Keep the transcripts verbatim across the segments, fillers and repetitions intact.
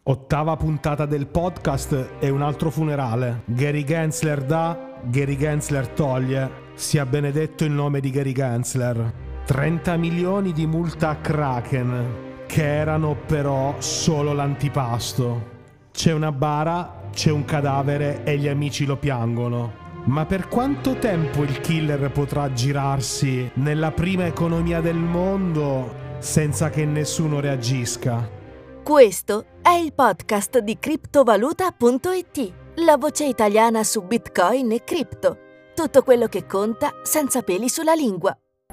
Ottava puntata del podcast e un altro funerale. Gary Gensler dà, Gary Gensler toglie. Sia benedetto il nome di Gary Gensler. trenta milioni di multa a Kraken, che erano però solo l'antipasto. C'è una bara, c'è un cadavere e gli amici lo piangono. Ma per quanto tempo il killer potrà girarsi nella prima economia del mondo senza che nessuno reagisca? Questo è il podcast di criptovaluta punto it, la voce italiana su Bitcoin e cripto. Tutto quello che conta senza peli sulla lingua.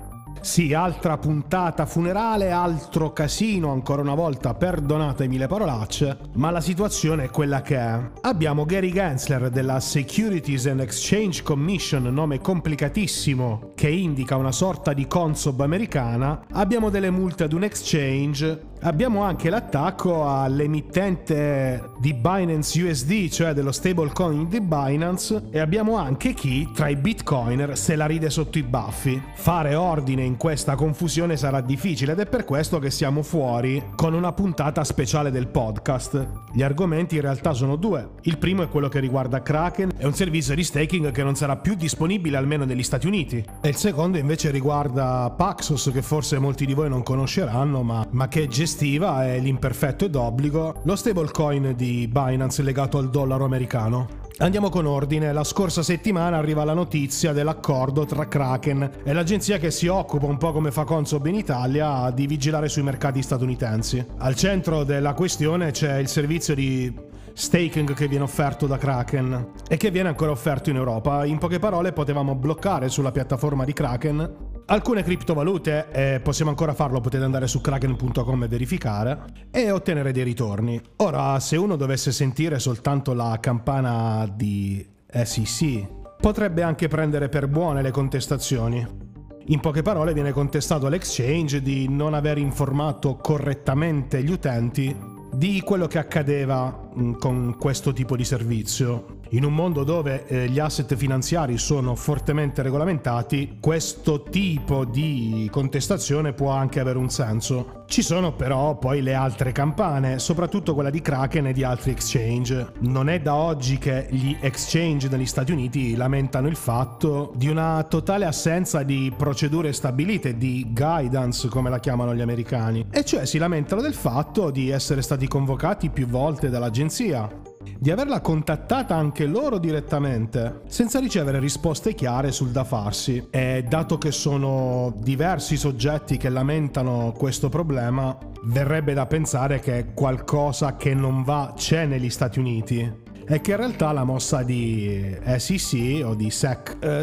Sì, altra puntata funerale, altro casino, ancora una volta, perdonatemi le parolacce, ma la situazione è quella che è. Abbiamo Gary Gensler della Securities and Exchange Commission, nome complicatissimo, che indica una sorta di Consob americana, abbiamo delle multe ad un exchange, abbiamo anche l'attacco all'emittente di Binance U S D, cioè dello stablecoin di Binance, e abbiamo anche chi, tra i bitcoiner, se la ride sotto i baffi. Fare ordine in questa confusione sarà difficile ed è per questo che siamo fuori con una puntata speciale del podcast. Gli argomenti in realtà sono due. Il primo è quello che riguarda Kraken, è un servizio di staking che non sarà più disponibile almeno negli Stati Uniti. E il secondo invece riguarda Paxos, che forse molti di voi non conosceranno, ma, ma che gestiva, è l'imperfetto ed obbligo, lo stablecoin di Binance legato al dollaro americano. Andiamo con ordine. La scorsa settimana arriva la notizia dell'accordo tra Kraken e l'agenzia che si occupa, un po' come fa Consob in Italia, di vigilare sui mercati statunitensi. Al centro della questione c'è il servizio di staking che viene offerto da Kraken e che viene ancora offerto in Europa. In poche parole, potevamo bloccare sulla piattaforma di Kraken alcune criptovalute, e possiamo ancora farlo, potete andare su kraken punto com e verificare, e ottenere dei ritorni. Ora, se uno dovesse sentire soltanto la campana di S E C, potrebbe anche prendere per buone le contestazioni. In poche parole, viene contestato all'exchange di non aver informato correttamente gli utenti di quello che accadeva mh, con questo tipo di servizio. In un mondo dove eh, gli asset finanziari sono fortemente regolamentati, questo tipo di contestazione può anche avere un senso. Ci sono però poi le altre campane, soprattutto quella di Kraken e di altri exchange. Non è da oggi che gli exchange negli Stati Uniti lamentano il fatto di una totale assenza di procedure stabilite, di guidance come la chiamano gli americani, e cioè si lamentano del fatto di essere stati convocati più volte dall'agenzia, di averla contattata anche loro direttamente, senza ricevere risposte chiare sul da farsi. E dato che sono diversi soggetti che lamentano questo problema, verrebbe da pensare che qualcosa che non va c'è negli Stati Uniti, e che in realtà la mossa di S E C o di S E C eh,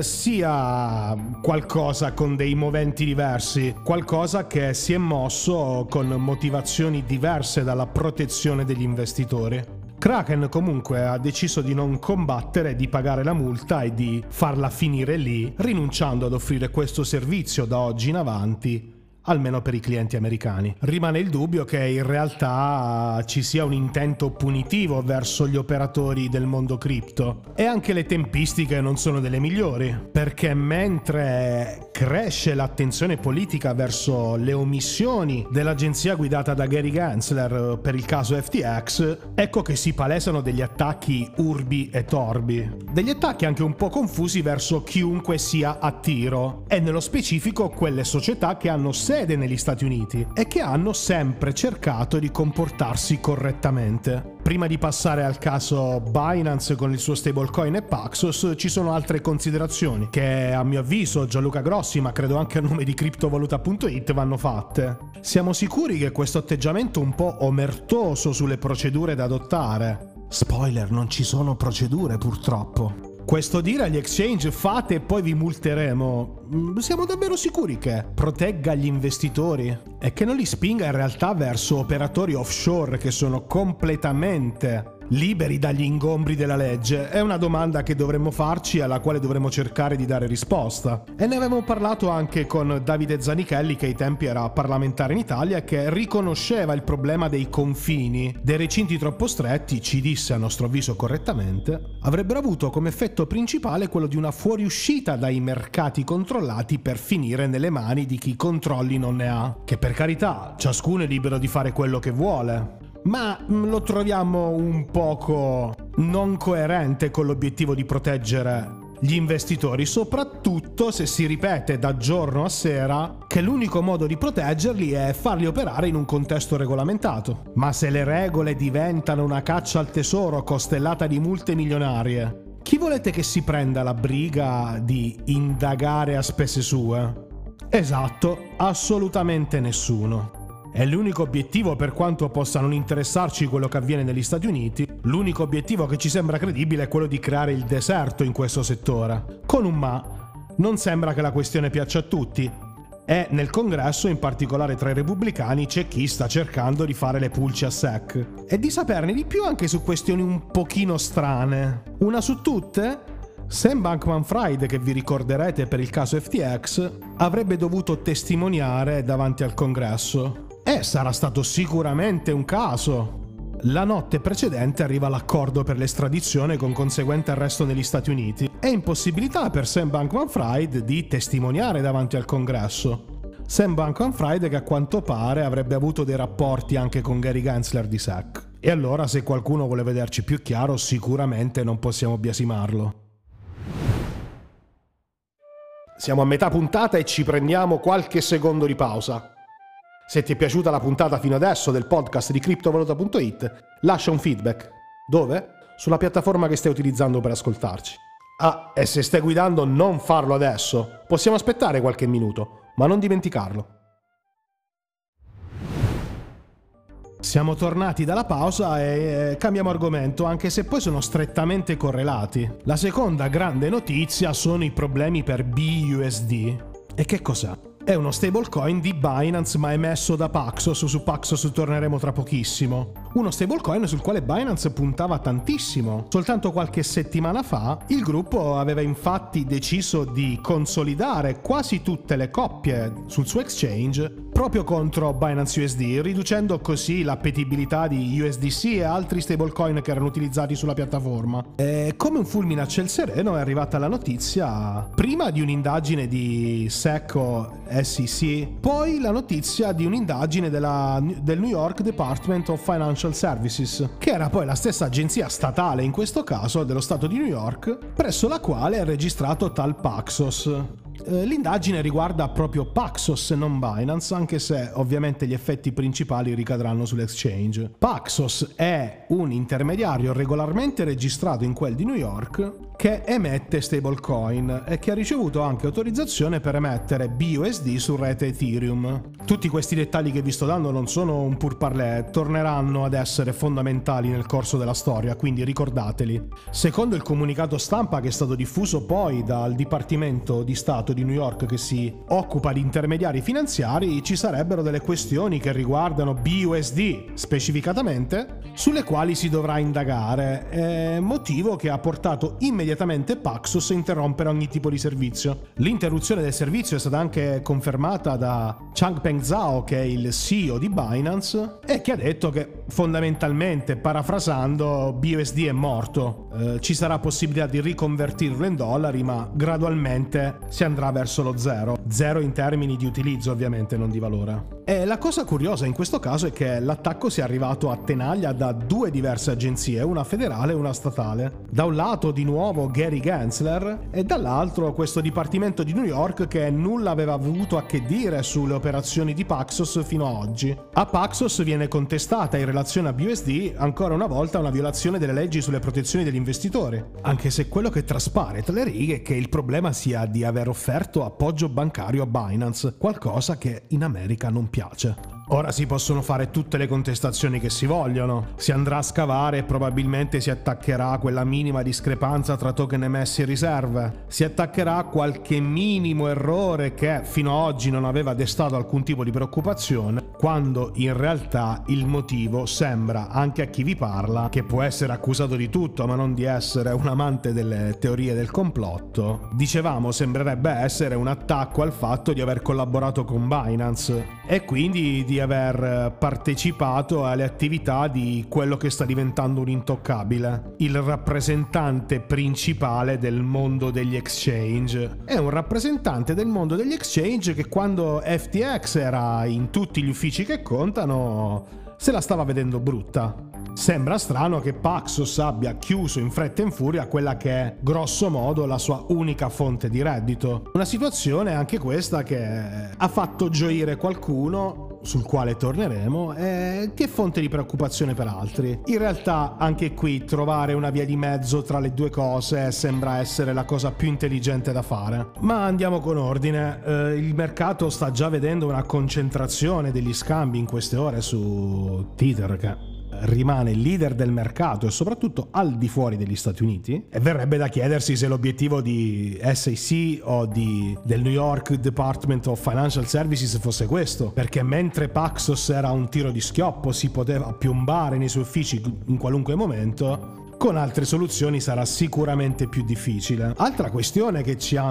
sia qualcosa con dei moventi diversi, qualcosa che si è mosso con motivazioni diverse dalla protezione degli investitori. Kraken comunque ha deciso di non combattere, di pagare la multa e di farla finire lì, rinunciando ad offrire questo servizio da oggi in avanti, almeno per i clienti americani. Rimane il dubbio che in realtà ci sia un intento punitivo verso gli operatori del mondo cripto, e anche le tempistiche non sono delle migliori, perché mentre cresce l'attenzione politica verso le omissioni dell'agenzia guidata da Gary Gensler per il caso F T X, ecco che si palesano degli attacchi urbi e torbi, degli attacchi anche un po' confusi verso chiunque sia a tiro, e nello specifico quelle società che hanno sede negli Stati Uniti e che hanno sempre cercato di comportarsi correttamente. Prima di passare al caso Binance con il suo stablecoin e Paxos, ci sono altre considerazioni che a mio avviso Gianluca Grossi, ma credo anche a nome di criptovaluta punto it, vanno fatte. Siamo sicuri che questo atteggiamento un po' omertoso sulle procedure da adottare? Spoiler, non ci sono procedure purtroppo. Questo dire agli exchange fate e poi vi multeremo, siamo davvero sicuri che protegga gli investitori e che non li spinga in realtà verso operatori offshore che sono completamente liberi dagli ingombri della legge? È una domanda che dovremmo farci e alla quale dovremmo cercare di dare risposta. E ne avevamo parlato anche con Davide Zanichelli, che ai tempi era parlamentare in Italia e che riconosceva il problema dei confini, dei recinti troppo stretti. Ci disse, a nostro avviso correttamente, avrebbero avuto come effetto principale quello di una fuoriuscita dai mercati controllati per finire nelle mani di chi controlli non ne ha, che per carità ciascuno è libero di fare quello che vuole. ma lo troviamo un poco non coerente con l'obiettivo di proteggere gli investitori, soprattutto se si ripete da giorno a sera che l'unico modo di proteggerli è farli operare in un contesto regolamentato. Ma se le regole diventano una caccia al tesoro costellata di multe milionarie, chi volete che si prenda la briga di indagare a spese sue? Esatto, assolutamente nessuno. È l'unico obiettivo, per quanto possa non interessarci quello che avviene negli Stati Uniti, l'unico obiettivo che ci sembra credibile è quello di creare il deserto in questo settore. Con un ma, non sembra che la questione piaccia a tutti. E nel Congresso, in particolare tra i repubblicani, c'è chi sta cercando di fare le pulci a S E C e di saperne di più anche su questioni un pochino strane. Una su tutte? Sam Bankman-Fried, che vi ricorderete per il caso F T X, avrebbe dovuto testimoniare davanti al Congresso. E sarà stato sicuramente un caso. La notte precedente arriva l'accordo per l'estradizione con conseguente arresto negli Stati Uniti e impossibilità per Sam Bankman-Fried di testimoniare davanti al Congresso. Sam Bankman-Fried che a quanto pare avrebbe avuto dei rapporti anche con Gary Gensler di S E C. E allora, se qualcuno vuole vederci più chiaro, sicuramente non possiamo biasimarlo. Siamo a metà puntata e ci prendiamo qualche secondo di pausa. Se ti è piaciuta la puntata fino adesso del podcast di criptovaluta punto it, lascia un feedback. Dove? Sulla piattaforma che stai utilizzando per ascoltarci. Ah, e se stai guidando non farlo adesso. Possiamo aspettare qualche minuto, ma non dimenticarlo. Siamo tornati dalla pausa e cambiamo argomento, anche se poi sono strettamente correlati. La seconda grande notizia sono i problemi per B U S D. E che cos'è? È uno stablecoin di Binance ma emesso da Paxos. Su Paxos torneremo tra pochissimo. Uno stablecoin sul quale Binance puntava tantissimo. Soltanto qualche settimana fa il gruppo aveva infatti deciso di consolidare quasi tutte le coppie sul suo exchange proprio contro Binance U S D, riducendo così l'appetibilità di U S D C e altri stablecoin che erano utilizzati sulla piattaforma. E come un fulmine a ciel sereno è arrivata la notizia prima di un'indagine di S E C o S E C, poi la notizia di un'indagine della, del New York Department of Financial Services, che era poi la stessa agenzia statale, in questo caso dello stato di New York, presso la quale è registrato tal Paxos. L'indagine riguarda proprio Paxos e non Binance, anche se ovviamente gli effetti principali ricadranno sull'exchange. Paxos è un intermediario regolarmente registrato in quel di New York che emette stablecoin e che ha ricevuto anche autorizzazione per emettere B U S D su rete Ethereum. Tutti questi dettagli che vi sto dando non sono un pourparlers, torneranno ad essere fondamentali nel corso della storia, quindi ricordateli. Secondo il comunicato stampa che è stato diffuso poi dal Dipartimento di Stato di New York che si occupa di intermediari finanziari, ci sarebbero delle questioni che riguardano B U S D specificatamente, sulle quali si dovrà indagare, eh, motivo che ha portato immediatamente Paxos a interrompere ogni tipo di servizio. L'interruzione del servizio è stata anche confermata da Changpeng Zhao, che è il C E O di Binance, e che ha detto che fondamentalmente, parafrasando, B U S D è morto. Eh, ci sarà possibilità di riconvertirlo in dollari, ma gradualmente si andrà verso lo zero. Zero in termini di utilizzo, ovviamente, non di valore. E la cosa curiosa in questo caso è che l'attacco sia arrivato a tenaglia da due diverse agenzie, una federale e una statale. Da un lato di nuovo Gary Gensler e dall'altro questo dipartimento di New York che nulla aveva avuto a che dire sulle operazioni di Paxos fino ad oggi. A Paxos viene contestata in relazione a B U S D ancora una volta una violazione delle leggi sulle protezioni degli investitori, anche se quello che traspare tra le righe è che il problema sia di aver offerto appoggio bancario a Binance, qualcosa che in America non piace. Ora si possono fare tutte le contestazioni che si vogliono, si andrà a scavare e probabilmente si attaccherà a quella minima discrepanza tra token emessi e riserve, si attaccherà a qualche minimo errore che fino ad oggi non aveva destato alcun tipo di preoccupazione, quando in realtà il motivo sembra, anche a chi vi parla, che può essere accusato di tutto ma non di essere un amante delle teorie del complotto, dicevamo sembrerebbe essere un attacco al fatto di aver collaborato con Binance e quindi di aver partecipato alle attività di quello che sta diventando un intoccabile, il rappresentante principale del mondo degli exchange. È un rappresentante del mondo degli exchange che quando F T X era in tutti gli uffici che contano se la stava vedendo brutta. Sembra strano che Paxos abbia chiuso in fretta e in furia quella che è grosso modo la sua unica fonte di reddito. Una situazione anche questa che ha fatto gioire qualcuno, sul quale torneremo, e che è fonte di preoccupazione per altri. In realtà anche qui trovare una via di mezzo tra le due cose sembra essere la cosa più intelligente da fare. Ma andiamo con ordine. Eh, il mercato sta già vedendo una concentrazione degli scambi in queste ore su Tether, che rimane il leader del mercato e soprattutto al di fuori degli Stati Uniti, e verrebbe da chiedersi se l'obiettivo di S E C o di, del New York Department of Financial Services fosse questo, perché mentre Paxos era un tiro di schioppo, si poteva piombare nei suoi uffici in qualunque momento, con altre soluzioni sarà sicuramente più difficile. Altra questione che ci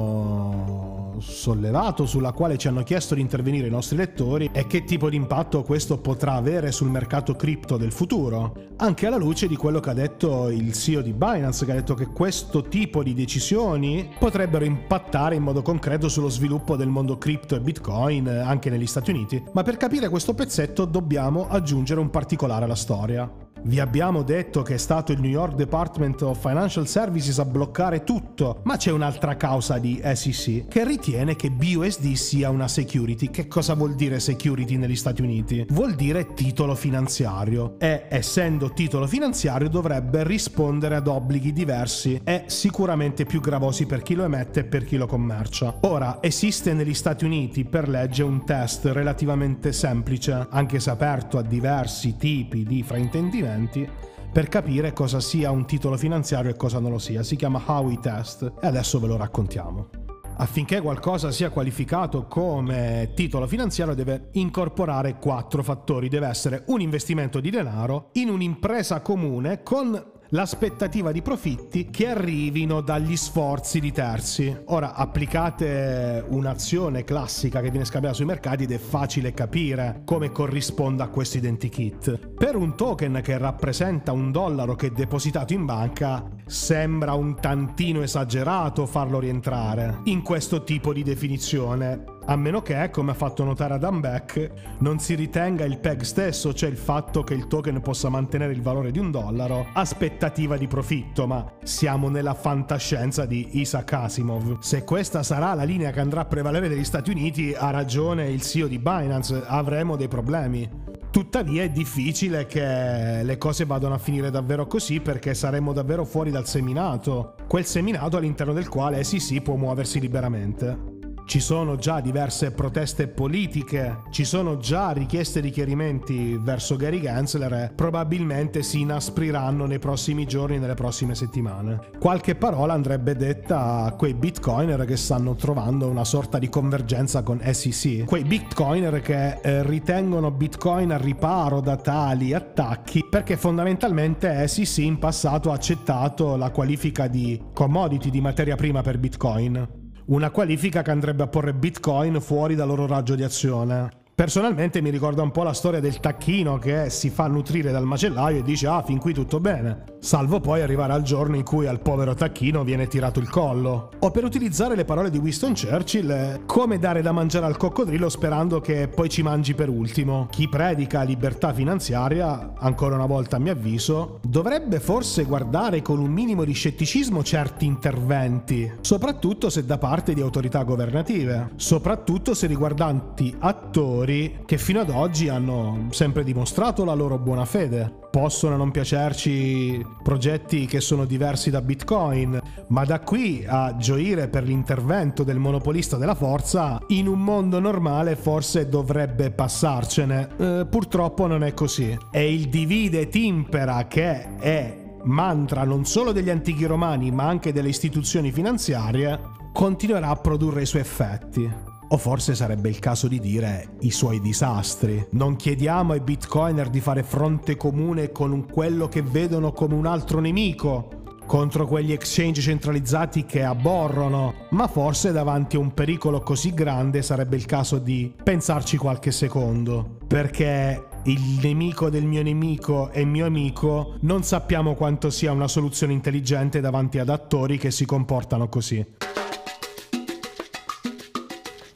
hanno sollevato, sulla quale ci hanno chiesto di intervenire i nostri lettori, è che tipo di impatto questo potrà avere sul mercato cripto del futuro, anche alla luce di quello che ha detto il C E O di Binance, che ha detto che questo tipo di decisioni potrebbero impattare in modo concreto sullo sviluppo del mondo cripto e Bitcoin anche negli Stati Uniti. Ma per capire questo pezzetto dobbiamo aggiungere un particolare alla storia. Vi abbiamo detto che è stato il New York Department of Financial Services a bloccare tutto, ma c'è un'altra causa di S E C che ritiene che B U S D sia una security. Che cosa vuol dire security negli Stati Uniti? Vuol dire titolo finanziario, e essendo titolo finanziario dovrebbe rispondere ad obblighi diversi e sicuramente più gravosi per chi lo emette e per chi lo commercia. Ora, esiste negli Stati Uniti per legge un test relativamente semplice, anche se aperto a diversi tipi di fraintendimenti, per capire cosa sia un titolo finanziario e cosa non lo sia. Si chiama Howey Test e adesso ve lo raccontiamo. Affinché qualcosa sia qualificato come titolo finanziario deve incorporare quattro fattori. Deve essere un investimento di denaro in un'impresa comune con l'aspettativa di profitti che arrivino dagli sforzi di terzi. Ora, applicate un'azione classica che viene scambiata sui mercati ed è facile capire come corrisponda a questo identikit. Per un token che rappresenta un dollaro che è depositato in banca, sembra un tantino esagerato farlo rientrare in questo tipo di definizione, a meno che, come ha fatto notare Adam Beck, non si ritenga il P E G stesso, cioè il fatto che il token possa mantenere il valore di un dollaro, aspettativa di profitto. Ma siamo nella fantascienza di Isaac Asimov. Se questa sarà la linea che andrà a prevalere negli Stati Uniti, ha ragione il C E O di Binance, avremo dei problemi. Tuttavia è difficile che le cose vadano a finire davvero così, perché saremmo davvero fuori dal seminato, quel seminato all'interno del quale S E C può muoversi liberamente. Ci sono già diverse proteste politiche, ci sono già richieste di chiarimenti verso Gary Gensler e probabilmente si inaspriranno nei prossimi giorni, nelle prossime settimane. Qualche parola andrebbe detta a quei bitcoiner che stanno trovando una sorta di convergenza con S E C, quei bitcoiner che eh, ritengono Bitcoin al riparo da tali attacchi, perché fondamentalmente S E C in passato ha accettato la qualifica di commodity, di materia prima per Bitcoin. Una qualifica che andrebbe a porre Bitcoin fuori dal loro raggio di azione. Personalmente mi ricorda un po' la storia del tacchino che si fa nutrire dal macellaio e dice ah, fin qui tutto bene, salvo poi arrivare al giorno in cui al povero tacchino viene tirato il collo. O, per utilizzare le parole di Winston Churchill, come dare da mangiare al coccodrillo sperando che poi ci mangi per ultimo. Chi predica libertà finanziaria, ancora una volta a mio avviso, dovrebbe forse guardare con un minimo di scetticismo certi interventi, soprattutto se da parte di autorità governative, soprattutto se riguardanti attori che fino ad oggi hanno sempre dimostrato la loro buona fede. Possono non piacerci progetti che sono diversi da Bitcoin, ma da qui a gioire per l'intervento del monopolista della forza, in un mondo normale forse dovrebbe passarcene. Eh, purtroppo non è così. E il divide et impera, che è mantra non solo degli antichi romani ma anche delle istituzioni finanziarie, continuerà a produrre i suoi effetti. O forse sarebbe il caso di dire i suoi disastri. Non chiediamo ai bitcoiner di fare fronte comune con quello che vedono come un altro nemico, contro quegli exchange centralizzati che aborrono, ma forse davanti a un pericolo così grande sarebbe il caso di pensarci qualche secondo, perché il nemico del mio nemico è mio amico non sappiamo quanto sia una soluzione intelligente davanti ad attori che si comportano così.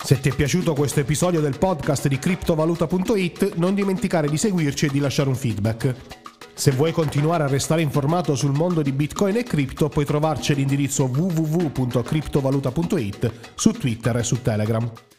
Se ti è piaciuto questo episodio del podcast di criptovaluta punto it, non dimenticare di seguirci e di lasciare un feedback. Se vuoi continuare a restare informato sul mondo di Bitcoin e cripto, puoi trovarci all'indirizzo w w w punto criptovaluta punto it su Twitter e su Telegram.